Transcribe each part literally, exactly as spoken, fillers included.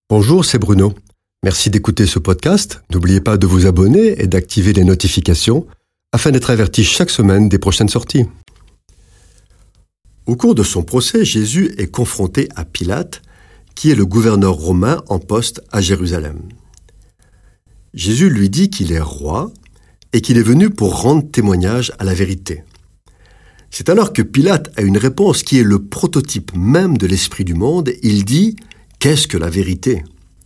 Bonjour, c'est Bruno. Merci d'écouter ce podcast. N'oubliez pas de vous abonner et d'activer les notifications afin d'être averti chaque semaine des prochaines sorties. Au cours de son procès, Jésus est confronté à Pilate, qui est le gouverneur romain en poste à Jérusalem. Jésus lui dit qu'il est roi et qu'il est venu pour rendre témoignage à la vérité. C'est alors que Pilate a une réponse qui est le prototype même de l'esprit du monde. Il dit « Qu'est-ce que la vérité ?»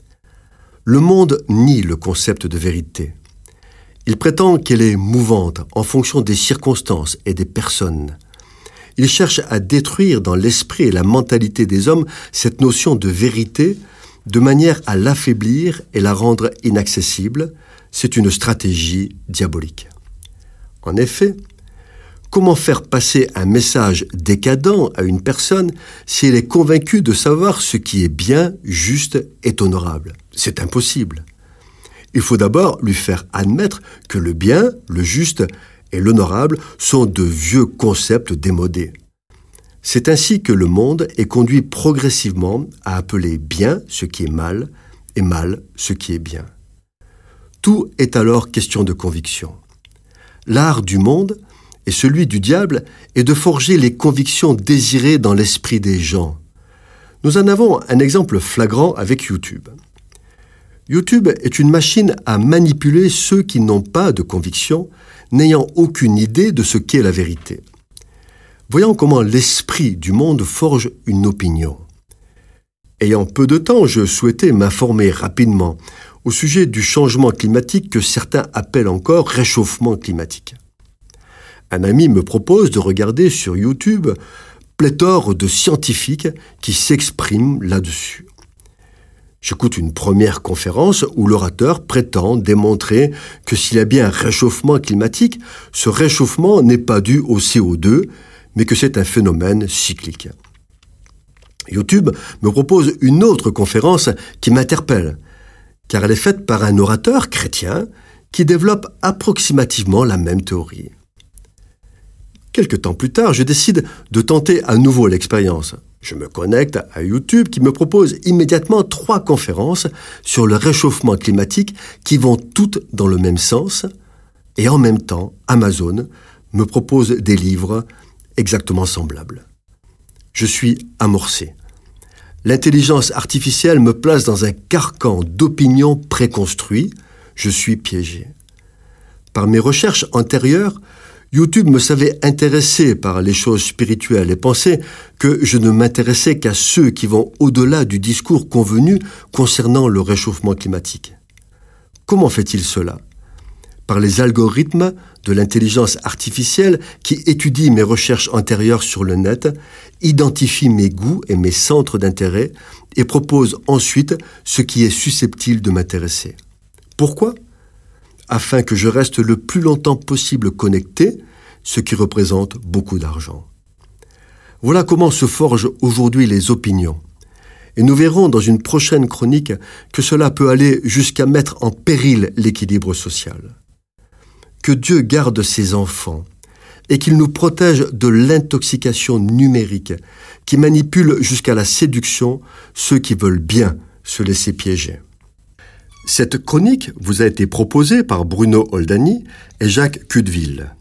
Le monde nie le concept de vérité. Il prétend qu'elle est mouvante en fonction des circonstances et des personnes. Il cherche à détruire dans l'esprit et la mentalité des hommes cette notion de vérité de manière à l'affaiblir et la rendre inaccessible. C'est une stratégie diabolique. En effet, comment faire passer un message décadent à une personne si elle est convaincue de savoir ce qui est bien, juste et honorable ? C'est impossible. Il faut d'abord lui faire admettre que le bien, le juste et l'honorable sont de vieux concepts démodés. C'est ainsi que le monde est conduit progressivement à appeler bien ce qui est mal et mal ce qui est bien. Tout est alors question de conviction. L'art du monde et celui du diable est de forger les convictions désirées dans l'esprit des gens. Nous en avons un exemple flagrant avec YouTube. YouTube est une machine à manipuler ceux qui n'ont pas de conviction, n'ayant aucune idée de ce qu'est la vérité. Voyons comment l'esprit du monde forge une opinion. Ayant peu de temps, je souhaitais m'informer rapidement au sujet du changement climatique que certains appellent encore réchauffement climatique. Un ami me propose de regarder sur YouTube pléthore de scientifiques qui s'expriment là-dessus. J'écoute une première conférence où l'orateur prétend démontrer que s'il y a bien un réchauffement climatique, ce réchauffement n'est pas dû au C O deux, mais que c'est un phénomène cyclique. YouTube me propose une autre conférence qui m'interpelle, car elle est faite par un orateur chrétien qui développe approximativement la même théorie. Quelque temps plus tard, je décide de tenter à nouveau l'expérience. Je me connecte à YouTube qui me propose immédiatement trois conférences sur le réchauffement climatique qui vont toutes dans le même sens. Et en même temps, Amazon me propose des livres exactement semblables. Je suis amorcé. L'intelligence artificielle me place dans un carcan d'opinions préconstruits. Je suis piégé. Par mes recherches antérieures, YouTube me savait intéressé par les choses spirituelles et pensait que je ne m'intéressais qu'à ceux qui vont au-delà du discours convenu concernant le réchauffement climatique. Comment fait-il cela ? Par les algorithmes de l'intelligence artificielle qui étudient mes recherches antérieures sur le net, identifient mes goûts et mes centres d'intérêt et proposent ensuite ce qui est susceptible de m'intéresser. Pourquoi ? Afin que je reste le plus longtemps possible connecté, ce qui représente beaucoup d'argent. Voilà comment se forgent aujourd'hui les opinions. Et nous verrons dans une prochaine chronique que cela peut aller jusqu'à mettre en péril l'équilibre social. Que Dieu garde ses enfants et qu'il nous protège de l'intoxication numérique qui manipule jusqu'à la séduction ceux qui veulent bien se laisser piéger. Cette chronique vous a été proposée par Bruno Oldani et Jacques Cudeville.